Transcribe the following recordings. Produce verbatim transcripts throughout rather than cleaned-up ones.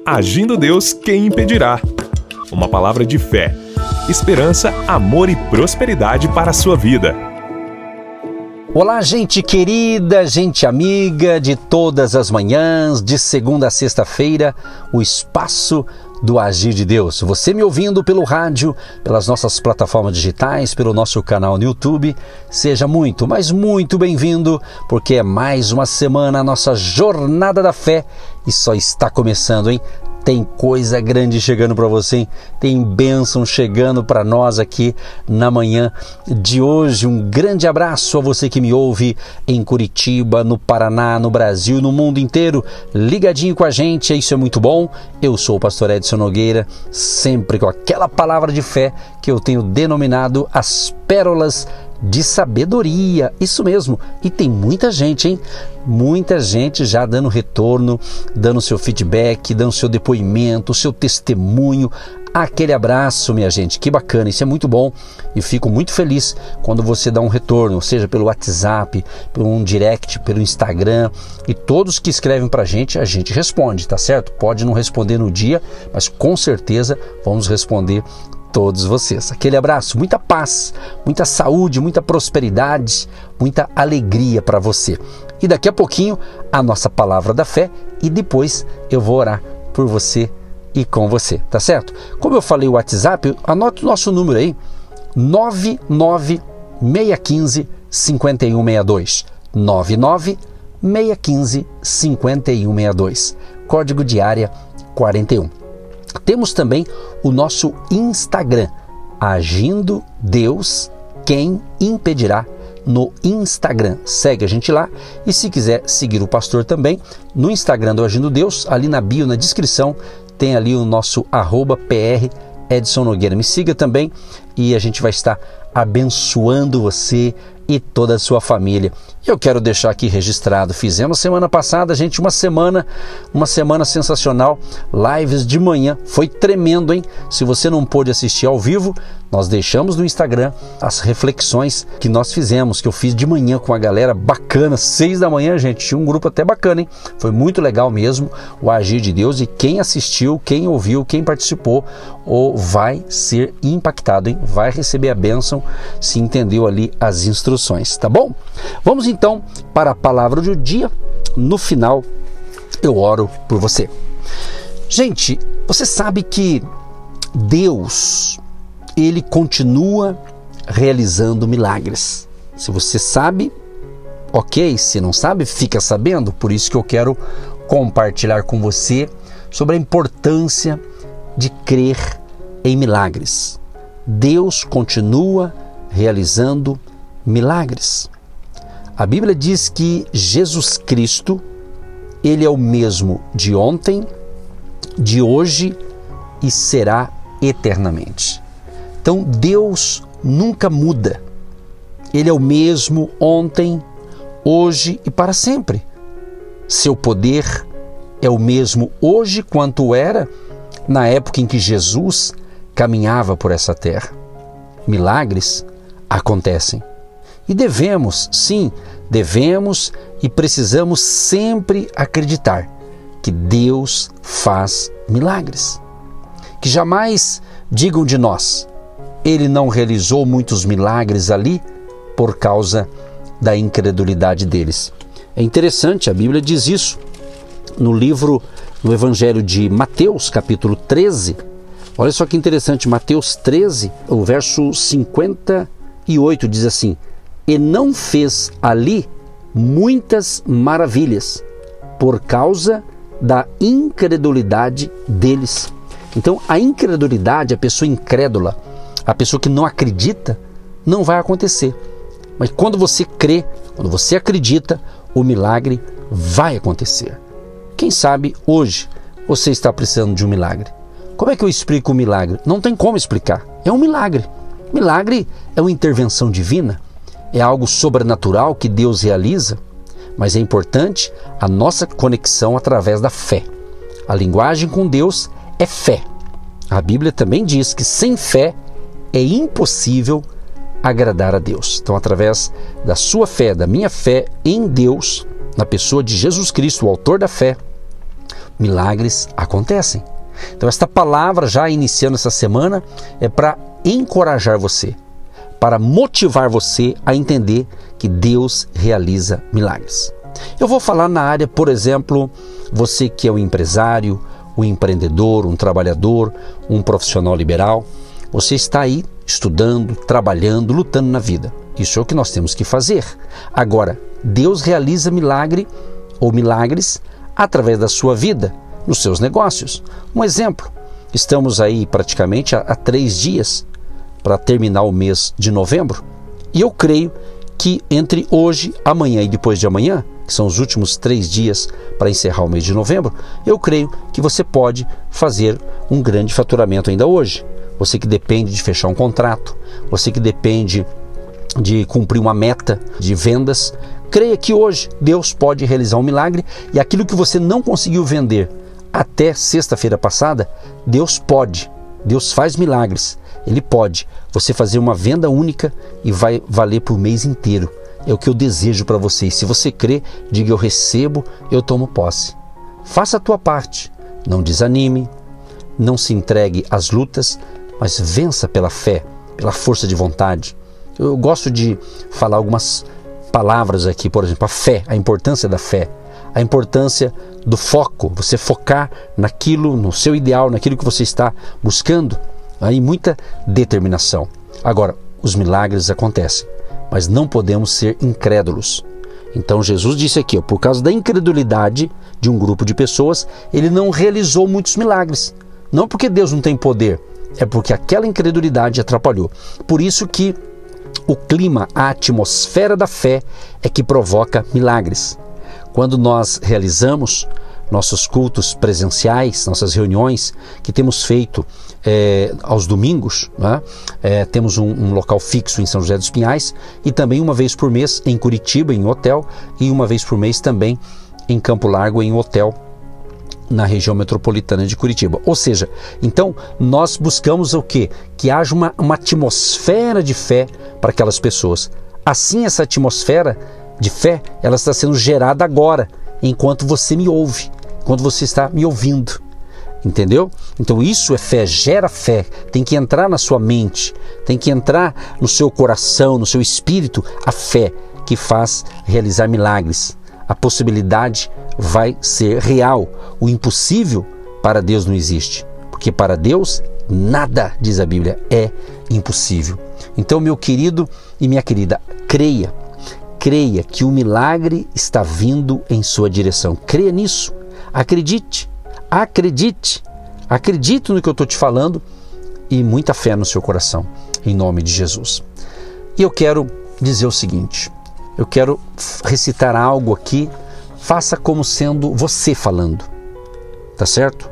Agindo Deus, quem impedirá? Uma palavra de fé, esperança, amor e prosperidade para a sua vida. Olá, gente querida, gente amiga de todas as manhãs, de segunda a sexta-feira, o espaço do Agir de Deus. Você me ouvindo pelo rádio, pelas nossas plataformas digitais, pelo nosso canal no YouTube, seja muito, mas muito bem-vindo, porque é mais uma semana a nossa jornada da fé e só está começando, hein? Tem coisa grande chegando para você, hein? Tem bênção chegando para nós aqui na manhã de hoje. Um grande abraço a você que me ouve em Curitiba, no Paraná, no Brasil, no mundo inteiro, ligadinho com a gente, isso é muito bom. Eu sou o pastor Edson Nogueira, sempre com aquela palavra de fé que eu tenho denominado as pérolas de sabedoria, isso mesmo. E tem muita gente, hein? Muita gente já dando retorno, dando seu feedback, dando seu depoimento, seu testemunho. Aquele abraço, minha gente, que bacana, isso é muito bom e fico muito feliz quando você dá um retorno, seja pelo WhatsApp, pelo um direct, pelo Instagram, e todos que escrevem pra gente, a gente responde, tá certo? Pode não responder no dia, mas com certeza vamos responder todos vocês. Aquele abraço, muita paz, muita saúde, muita prosperidade, muita alegria para você. E daqui a pouquinho a nossa palavra da fé e depois eu vou orar por você e com você, tá certo? Como eu falei o WhatsApp, anote o nosso número aí, nove nove seis um cinco, cinco um seis dois, nove nove seis um cinco, cinco um seis dois, código de área quarenta e um. Temos também o nosso Instagram, Agindo Deus, quem impedirá, no Instagram. Segue a gente lá e se quiser seguir o pastor também, no Instagram do Agindo Deus, ali na bio, na descrição, tem ali o nosso arroba pr Edson Nogueira. Me siga também e a gente vai estar abençoando você e toda a sua família. Eu quero deixar aqui registrado, fizemos semana passada, gente, uma semana, uma semana sensacional, lives de manhã, foi tremendo, hein? Se você não pôde assistir ao vivo, nós deixamos no Instagram as reflexões que nós fizemos, que eu fiz de manhã com a galera bacana, seis da manhã, gente, tinha um grupo até bacana, hein? Foi muito legal mesmo, o Agir de Deus, e quem assistiu, quem ouviu, quem participou, ou vai ser impactado, hein? Vai receber a bênção se entendeu ali as instruções, tá bom? Vamos então para a palavra do dia. No final eu oro por você. Gente, você sabe que Deus, ele continua realizando milagres. Se você sabe, ok. Se não sabe, fica sabendo. Por isso que eu quero compartilhar com você sobre a importância de crer em milagres. Deus continua realizando milagres. A Bíblia diz que Jesus Cristo, ele é o mesmo de ontem, de hoje e será eternamente. Então Deus nunca muda. Ele é o mesmo ontem, hoje e para sempre. Seu poder é o mesmo hoje quanto era na época em que Jesus caminhava por essa terra. Milagres acontecem. E devemos, sim, devemos e precisamos sempre acreditar que Deus faz milagres. Que jamais digam de nós, ele não realizou muitos milagres ali por causa da incredulidade deles. É interessante, a Bíblia diz isso no livro, no Evangelho de Mateus, capítulo treze. Olha só que interessante, Mateus treze, o verso cinquenta e oito diz assim: e não fez ali muitas maravilhas por causa da incredulidade deles. Então a incredulidade, a pessoa incrédula, a pessoa que não acredita, não vai acontecer. Mas quando você crê, quando você acredita, o milagre vai acontecer. Quem sabe hoje você está precisando de um milagre. Como é que eu explico o milagre? Não tem como explicar. É um milagre. Milagre é uma intervenção divina. É algo sobrenatural que Deus realiza, mas é importante a nossa conexão através da fé. A linguagem com Deus é fé. A Bíblia também diz que sem fé é impossível agradar a Deus. Então, através da sua fé, da minha fé em Deus, na pessoa de Jesus Cristo, o autor da fé, milagres acontecem. Então esta palavra, já iniciando essa semana, é para encorajar você, para motivar você a entender que Deus realiza milagres. Eu vou falar na área, por exemplo, você que é um empresário, um empreendedor, um trabalhador, um profissional liberal, você está aí estudando, trabalhando, lutando na vida. Isso é o que nós temos que fazer. Agora, Deus realiza milagre ou milagres através da sua vida, nos seus negócios. Um exemplo, estamos aí praticamente há três dias para terminar o mês de novembro, e eu creio que entre hoje, amanhã e depois de amanhã, que são os últimos três dias para encerrar o mês de novembro, eu creio que você pode fazer um grande faturamento ainda hoje. Você que depende de fechar um contrato, você que depende de cumprir uma meta de vendas, creia que hoje Deus pode realizar um milagre, e aquilo que você não conseguiu vender até sexta-feira passada, Deus pode, Deus faz milagres, Ele pode você fazer uma venda única e vai valer por mês inteiro. É o que eu desejo para você. E se você crê, diga: eu recebo, eu tomo posse. Faça a tua parte, não desanime, não se entregue às lutas, mas vença pela fé, pela força de vontade. Eu gosto de falar algumas palavras aqui, por exemplo, a fé, a importância da fé, a importância do foco, você focar naquilo, no seu ideal, naquilo que você está buscando, aí muita determinação. Agora, os milagres acontecem, mas não podemos ser incrédulos. Então Jesus disse aqui, ó, por causa da incredulidade de um grupo de pessoas, Ele não realizou muitos milagres. Não porque Deus não tem poder, é porque aquela incredulidade atrapalhou. Por isso que o clima, a atmosfera da fé é que provoca milagres. Quando nós realizamos nossos cultos presenciais, nossas reuniões que temos feito é, aos domingos, né? é, temos um, um local fixo em São José dos Pinhais, e também uma vez por mês em Curitiba, em hotel, e uma vez por mês também em Campo Largo, em hotel, na região metropolitana de Curitiba. Ou seja, então nós buscamos o quê? Que haja uma, uma atmosfera de fé para aquelas pessoas. Assim, essa atmosfera de fé, ela está sendo gerada agora, enquanto você me ouve, enquanto você está me ouvindo. Entendeu? Então isso é fé, gera fé, tem que entrar na sua mente, tem que entrar no seu coração, no seu espírito, a fé que faz realizar milagres. A possibilidade vai ser real. O impossível para Deus não existe, porque para Deus nada, diz a Bíblia, é impossível. Então, meu querido e minha querida, creia, creia que o milagre está vindo em sua direção. Creia nisso, acredite, acredite, acredite no que eu estou te falando, e muita fé no seu coração, em nome de Jesus. E eu quero dizer o seguinte, eu quero recitar algo aqui, faça como sendo você falando, tá certo?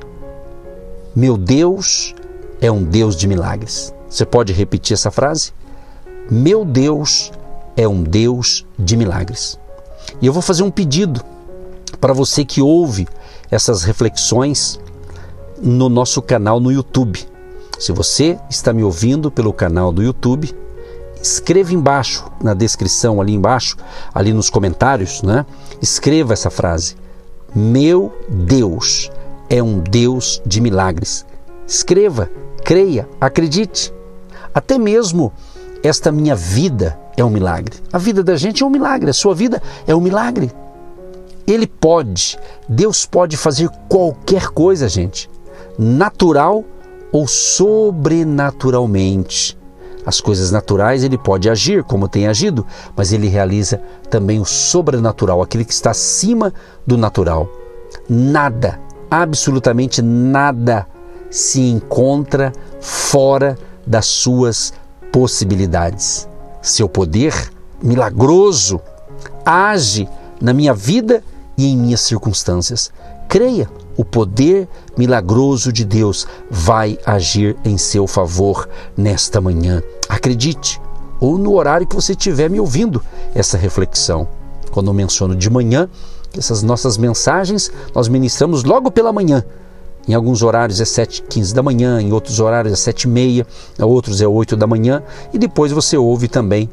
Meu Deus é um Deus de milagres. Você pode repetir essa frase? Meu Deus é um Deus de milagres. E eu vou fazer um pedido para você que ouve essas reflexões no nosso canal no YouTube. Se você está me ouvindo pelo canal do YouTube, escreva embaixo, na descrição ali embaixo, ali nos comentários, né? Escreva essa frase: meu Deus é um Deus de milagres. Escreva, creia, acredite. Até mesmo esta minha vida é um milagre. A vida da gente é um milagre, a sua vida é um milagre. Ele pode, Deus pode fazer qualquer coisa, gente, natural ou sobrenaturalmente. As coisas naturais Ele pode agir como tem agido, mas Ele realiza também o sobrenatural, aquele que está acima do natural. Nada, absolutamente nada se encontra fora das suas possibilidades. Seu poder milagroso age na minha vida e em minhas circunstâncias. Creia, o poder milagroso de Deus vai agir em seu favor nesta manhã. Acredite, ou no horário que você estiver me ouvindo essa reflexão. Quando eu menciono de manhã, essas nossas mensagens nós ministramos logo pela manhã. Em alguns horários é sete e quinze da manhã, em outros horários é sete e meia, em outros é oito da manhã, e depois você ouve também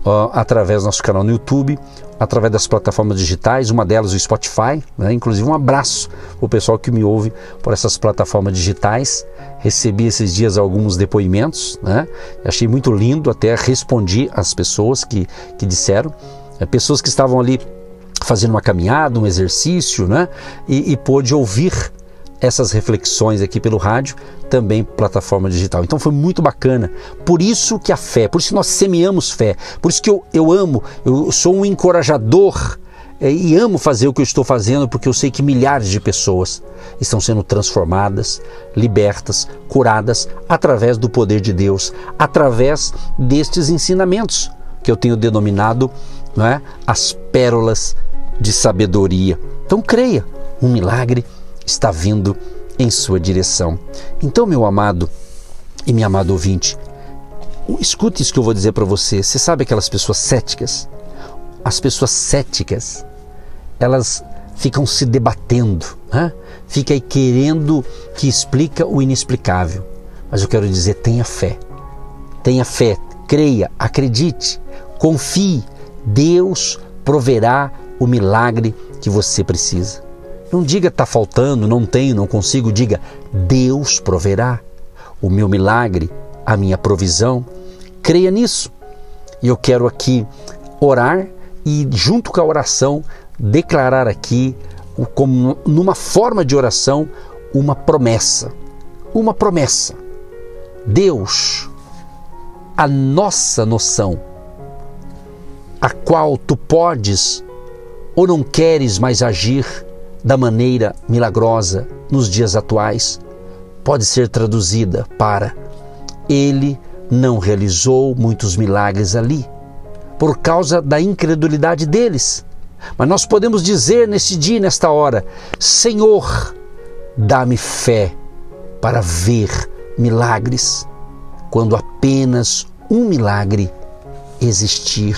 uh, através do nosso canal no YouTube, através das plataformas digitais, uma delas o Spotify, né? Inclusive um abraço para o pessoal que me ouve por essas plataformas digitais. Recebi esses dias alguns depoimentos, né? Achei muito lindo, até respondi às pessoas que, que disseram, é, pessoas que estavam ali fazendo uma caminhada, um exercício, né? E, e pôde ouvir essas reflexões aqui pelo rádio, também plataforma digital. Então foi muito bacana. Por isso que a fé, por isso que nós semeamos fé, por isso que eu, eu amo, eu sou um encorajador é, e amo fazer o que eu estou fazendo, porque eu sei que milhares de pessoas estão sendo transformadas, libertas, curadas, através do poder de Deus, através destes ensinamentos que eu tenho denominado, não é, as pérolas de sabedoria. Então creia, um milagre está vindo em sua direção. Então, meu amado e minha amada ouvinte, escute isso que eu vou dizer para você. Você sabe aquelas pessoas céticas? As pessoas céticas, elas ficam se debatendo, né? Fica aí querendo que explica o inexplicável. Mas eu quero dizer, tenha fé. Tenha fé, creia, acredite, confie. Deus proverá o milagre que você precisa. Não diga está faltando, não tenho, não consigo. Diga, Deus proverá o meu milagre, a minha provisão. Creia nisso. E eu quero aqui orar e, junto com a oração, declarar aqui, como numa forma de oração, uma promessa. Uma promessa. Deus, a nossa noção, a qual tu podes ou não queres mais agir da maneira milagrosa nos dias atuais, pode ser traduzida para: Ele não realizou muitos milagres ali, por causa da incredulidade deles. Mas nós podemos dizer nesse dia, nesta hora: Senhor, dá-me fé para ver milagres, quando apenas um milagre existir.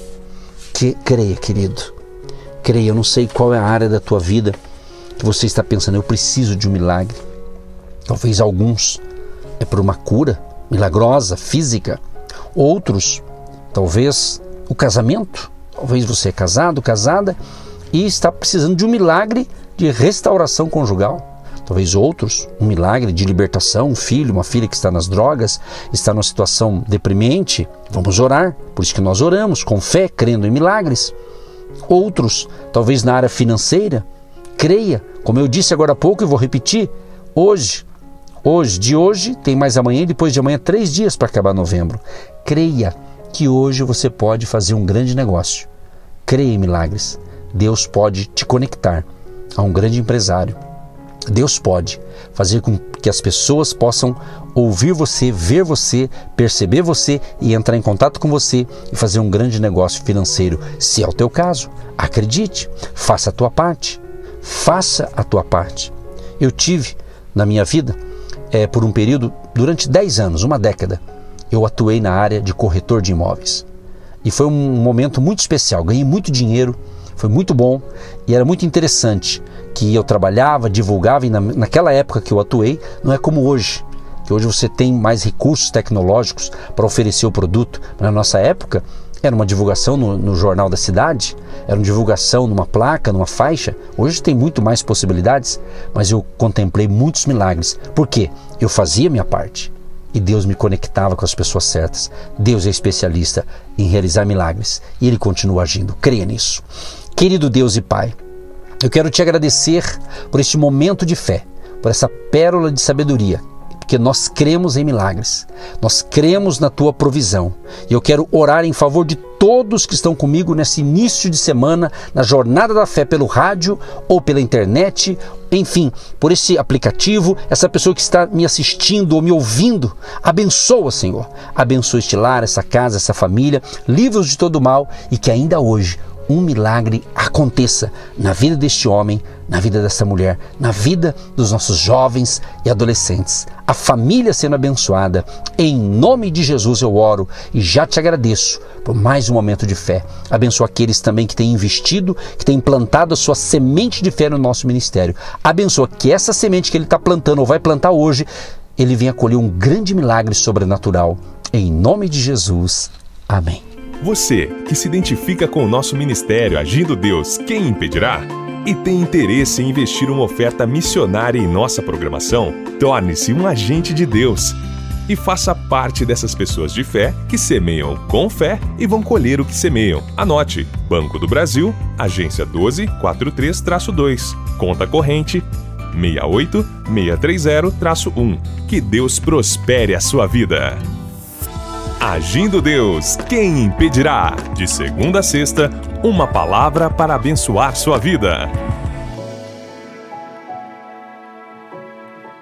Que, creia, querido. Creia, eu não sei qual é a área da tua vida que você está pensando, eu preciso de um milagre. Talvez alguns é por uma cura milagrosa, física. Outros, talvez o casamento. Talvez você é casado, casada e está precisando de um milagre de restauração conjugal. Talvez outros, um milagre de libertação, um filho, uma filha que está nas drogas, está numa situação deprimente. Vamos orar, por isso que nós oramos, com fé, crendo em milagres. Outros, talvez na área financeira, creia, como eu disse agora há pouco e vou repetir, hoje, hoje, de hoje, tem mais amanhã e depois de amanhã, três dias para acabar novembro. Creia que hoje você pode fazer um grande negócio. Creia em milagres. Deus pode te conectar a um grande empresário. Deus pode fazer com que as pessoas possam ouvir você, ver você, perceber você e entrar em contato com você e fazer um grande negócio financeiro. Se é o teu caso, acredite, faça a tua parte, faça a tua parte. Eu tive na minha vida, é, por um período, durante dez anos, uma década, eu atuei na área de corretor de imóveis. E foi um momento muito especial, ganhei muito dinheiro, foi muito bom e era muito interessante que eu trabalhava, divulgava, e na, naquela época que eu atuei, não é como hoje, que hoje você tem mais recursos tecnológicos para oferecer o produto. Na nossa época, era uma divulgação no, no jornal da cidade, era uma divulgação numa placa, numa faixa. Hoje tem muito mais possibilidades, mas eu contemplei muitos milagres. Por quê? Eu fazia a minha parte e Deus me conectava com as pessoas certas. Deus é especialista em realizar milagres e Ele continua agindo. Creia nisso. Querido Deus e Pai, eu quero te agradecer por este momento de fé, por essa pérola de sabedoria, porque nós cremos em milagres, nós cremos na Tua provisão. E eu quero orar em favor de todos que estão comigo nesse início de semana, na Jornada da Fé, pelo rádio ou pela internet, enfim, por esse aplicativo, essa pessoa que está me assistindo ou me ouvindo. Abençoa, Senhor, abençoa este lar, essa casa, essa família, livra-os de todo mal e que ainda hoje um milagre aconteça na vida deste homem, na vida dessa mulher, na vida dos nossos jovens e adolescentes. A família sendo abençoada. Em nome de Jesus eu oro e já te agradeço por mais um momento de fé. Abençoa aqueles também que têm investido, que têm plantado a sua semente de fé no nosso ministério. Abençoa que essa semente que ele está plantando ou vai plantar hoje, ele venha colher um grande milagre sobrenatural. Em nome de Jesus. Amém. Você que se identifica com o nosso ministério Agindo Deus, quem impedirá? E tem interesse em investir uma oferta missionária em nossa programação? Torne-se um agente de Deus e faça parte dessas pessoas de fé que semeiam com fé e vão colher o que semeiam. Anote: Banco do Brasil, agência doze quarenta e três dois, conta corrente seis oito seis três zero um. Que Deus prospere a sua vida. Agindo Deus, quem impedirá? De segunda a sexta, uma palavra para abençoar sua vida.